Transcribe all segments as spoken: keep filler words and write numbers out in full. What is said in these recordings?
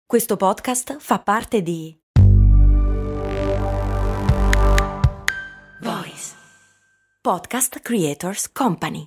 Questo podcast fa parte di Voice Podcast Creators Company.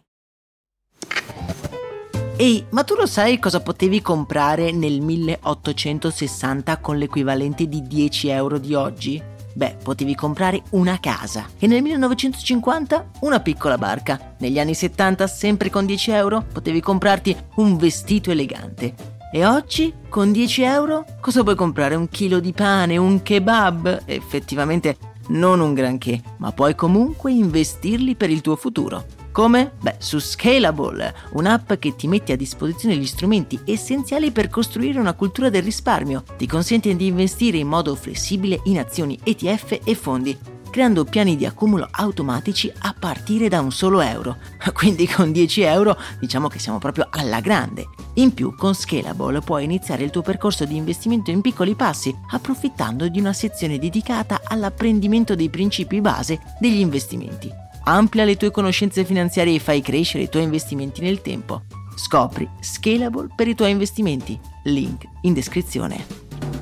Ehi, ma tu lo sai cosa potevi comprare nel milleottocentosessanta con l'equivalente di dieci euro di oggi? Beh, potevi comprare una casa. E nel millenovecentocinquanta una piccola barca. Negli anni settanta, sempre con dieci euro, potevi comprarti un vestito elegante. E oggi, con dieci euro, cosa puoi comprare? Un chilo di pane, un kebab? Effettivamente non un granché, ma puoi comunque investirli per il tuo futuro. Come? Beh, su Scalable, un'app che ti mette a disposizione gli strumenti essenziali per costruire una cultura del risparmio. Ti consente di investire in modo flessibile in azioni, E T F e fondi, creando piani di accumulo automatici a partire da un solo euro. Quindi con dieci euro diciamo che siamo proprio alla grande. In più, con Scalable puoi iniziare il tuo percorso di investimento in piccoli passi, approfittando di una sezione dedicata all'apprendimento dei principi base degli investimenti. Amplia le tue conoscenze finanziarie e fai crescere i tuoi investimenti nel tempo. Scopri Scalable per i tuoi investimenti. Link in descrizione.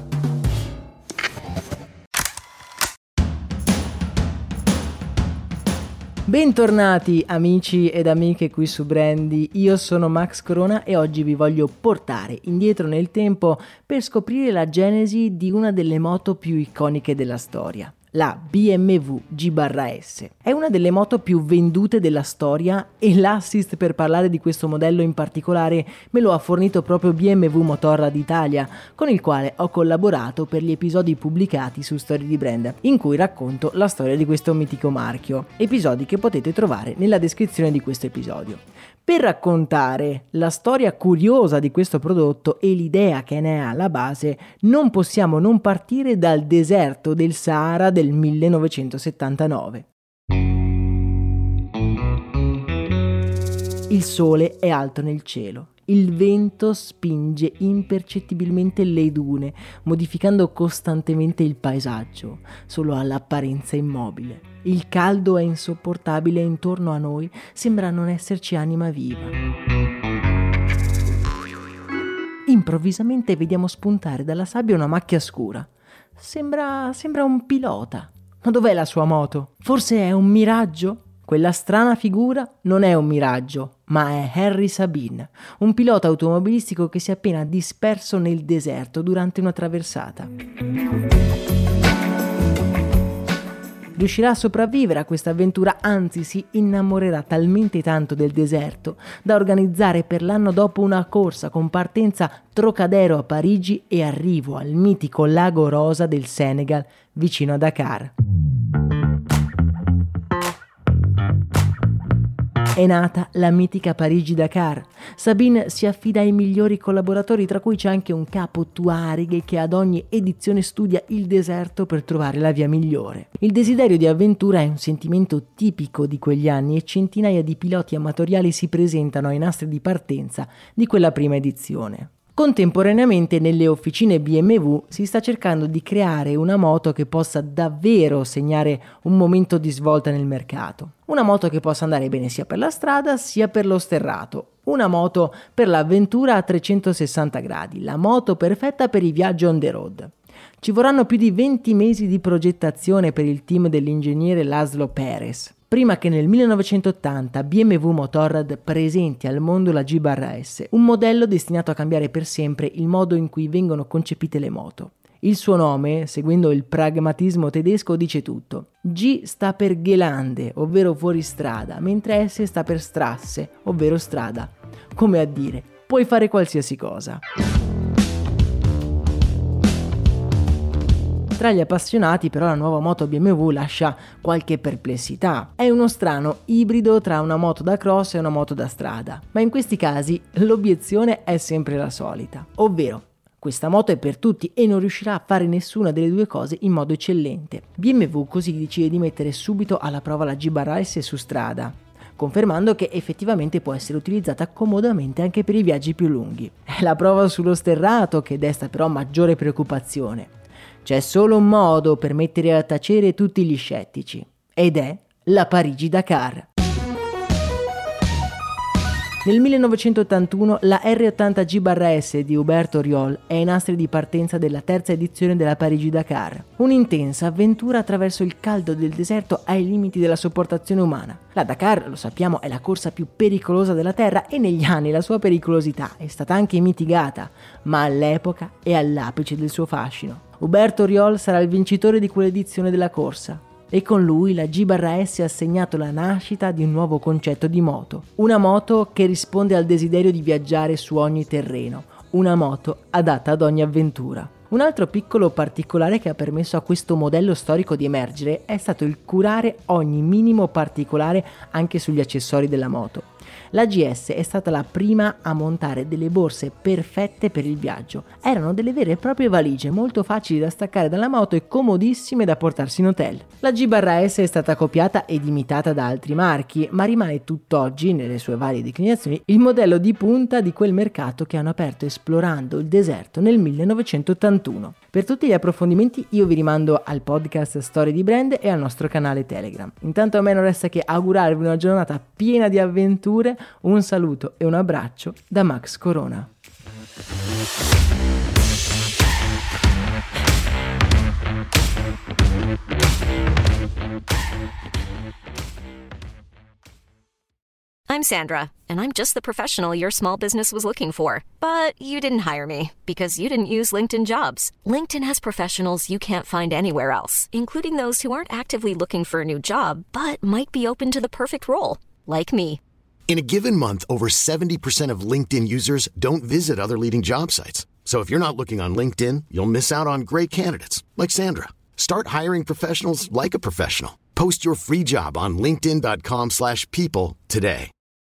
Bentornati amici ed amiche qui su Brandy, io sono Max Corona e oggi vi voglio portare indietro nel tempo per scoprire la genesi di una delle moto più iconiche della storia. La B M W G S. È una delle moto più vendute della storia e l'assist per parlare di questo modello in particolare me lo ha fornito proprio B M W Motorrad Italia, con il quale ho collaborato per gli episodi pubblicati su Storie di Brand, in cui racconto la storia di questo mitico marchio, episodi che potete trovare nella descrizione di questo episodio. Per raccontare la storia curiosa di questo prodotto e l'idea che ne è alla base, non possiamo non partire dal deserto del Sahara del millenovecentosettantanove. Il sole è alto nel cielo. Il vento spinge impercettibilmente le dune, modificando costantemente il paesaggio, solo all'apparenza immobile. Il caldo è insopportabile e intorno a noi sembra non esserci anima viva. Improvvisamente vediamo spuntare dalla sabbia una macchia scura. Sembra, sembra un pilota. Ma dov'è la sua moto? Forse è un miraggio? Quella strana figura non è un miraggio, ma è Harry Sabine, un pilota automobilistico che si è appena disperso nel deserto durante una traversata. Riuscirà a sopravvivere a questa avventura, anzi si innamorerà talmente tanto del deserto da organizzare per l'anno dopo una corsa con partenza Trocadero a Parigi e arrivo al mitico Lago Rosa del Senegal vicino a Dakar. È nata la mitica Parigi-Dakar. Sabine si affida ai migliori collaboratori, tra cui c'è anche un capo Tuareg che ad ogni edizione studia il deserto per trovare la via migliore. Il desiderio di avventura è un sentimento tipico di quegli anni e centinaia di piloti amatoriali si presentano ai nastri di partenza di quella prima edizione. Contemporaneamente nelle officine B M W si sta cercando di creare una moto che possa davvero segnare un momento di svolta nel mercato. Una moto che possa andare bene sia per la strada sia per lo sterrato. Una moto per l'avventura a trecentosessanta gradi, la moto perfetta per i viaggi on the road. Ci vorranno più di venti mesi di progettazione per il team dell'ingegnere Laszlo Perez, prima che nel millenovecentottanta B M W Motorrad presenti al mondo la G S, un modello destinato a cambiare per sempre il modo in cui vengono concepite le moto. Il suo nome, seguendo il pragmatismo tedesco, dice tutto. G sta per Gelände, ovvero fuoristrada, mentre S sta per Strasse, ovvero strada. Come a dire, puoi fare qualsiasi cosa. Tra gli appassionati però la nuova moto B M W lascia qualche perplessità. È uno strano ibrido tra una moto da cross e una moto da strada, ma in questi casi l'obiezione è sempre la solita, ovvero questa moto è per tutti e non riuscirà a fare nessuna delle due cose in modo eccellente. B M W così decide di mettere subito alla prova la G S su strada, confermando che effettivamente può essere utilizzata comodamente anche per i viaggi più lunghi. È la prova sullo sterrato che desta però maggiore preoccupazione. C'è solo un modo per mettere a tacere tutti gli scettici, ed è la Parigi-Dakar. Nel millenovecentottantuno la erre ottanta G S di Hubert Auriol è ai nastri di partenza della terza edizione della Parigi-Dakar, un'intensa avventura attraverso il caldo del deserto ai limiti della sopportazione umana. La Dakar, lo sappiamo, è la corsa più pericolosa della Terra e negli anni la sua pericolosità è stata anche mitigata, ma all'epoca è all'apice del suo fascino. Hubert Auriol sarà il vincitore di quell'edizione della corsa. E con lui la G S ha segnato la nascita di un nuovo concetto di moto. Una moto che risponde al desiderio di viaggiare su ogni terreno, una moto adatta ad ogni avventura. Un altro piccolo particolare che ha permesso a questo modello storico di emergere è stato il curare ogni minimo particolare anche sugli accessori della moto. La G S è stata la prima a montare delle borse perfette per il viaggio. Erano delle vere e proprie valigie, molto facili da staccare dalla moto e comodissime da portarsi in hotel. La G S è stata copiata ed imitata da altri marchi, ma rimane tutt'oggi, nelle sue varie declinazioni, il modello di punta di quel mercato che hanno aperto esplorando il deserto nel millenovecentottantuno. Per tutti gli approfondimenti io vi rimando al podcast Storie di Brand e al nostro canale Telegram. Intanto a me non resta che augurarvi una giornata piena di avventure. Un saluto e un abbraccio da Max Corona. I'm Sandra, and I'm just the professional your small business was looking for. But you didn't hire me because you didn't use LinkedIn Jobs. LinkedIn has professionals you can't find anywhere else, including those who aren't actively looking for a new job, but might be open to the perfect role, like me. In a given month, over seventy percent of LinkedIn users don't visit other leading job sites. So if you're not looking on LinkedIn, you'll miss out on great candidates like Sandra. Start hiring professionals like a professional. Post your free job on linkedin dot com slash people today.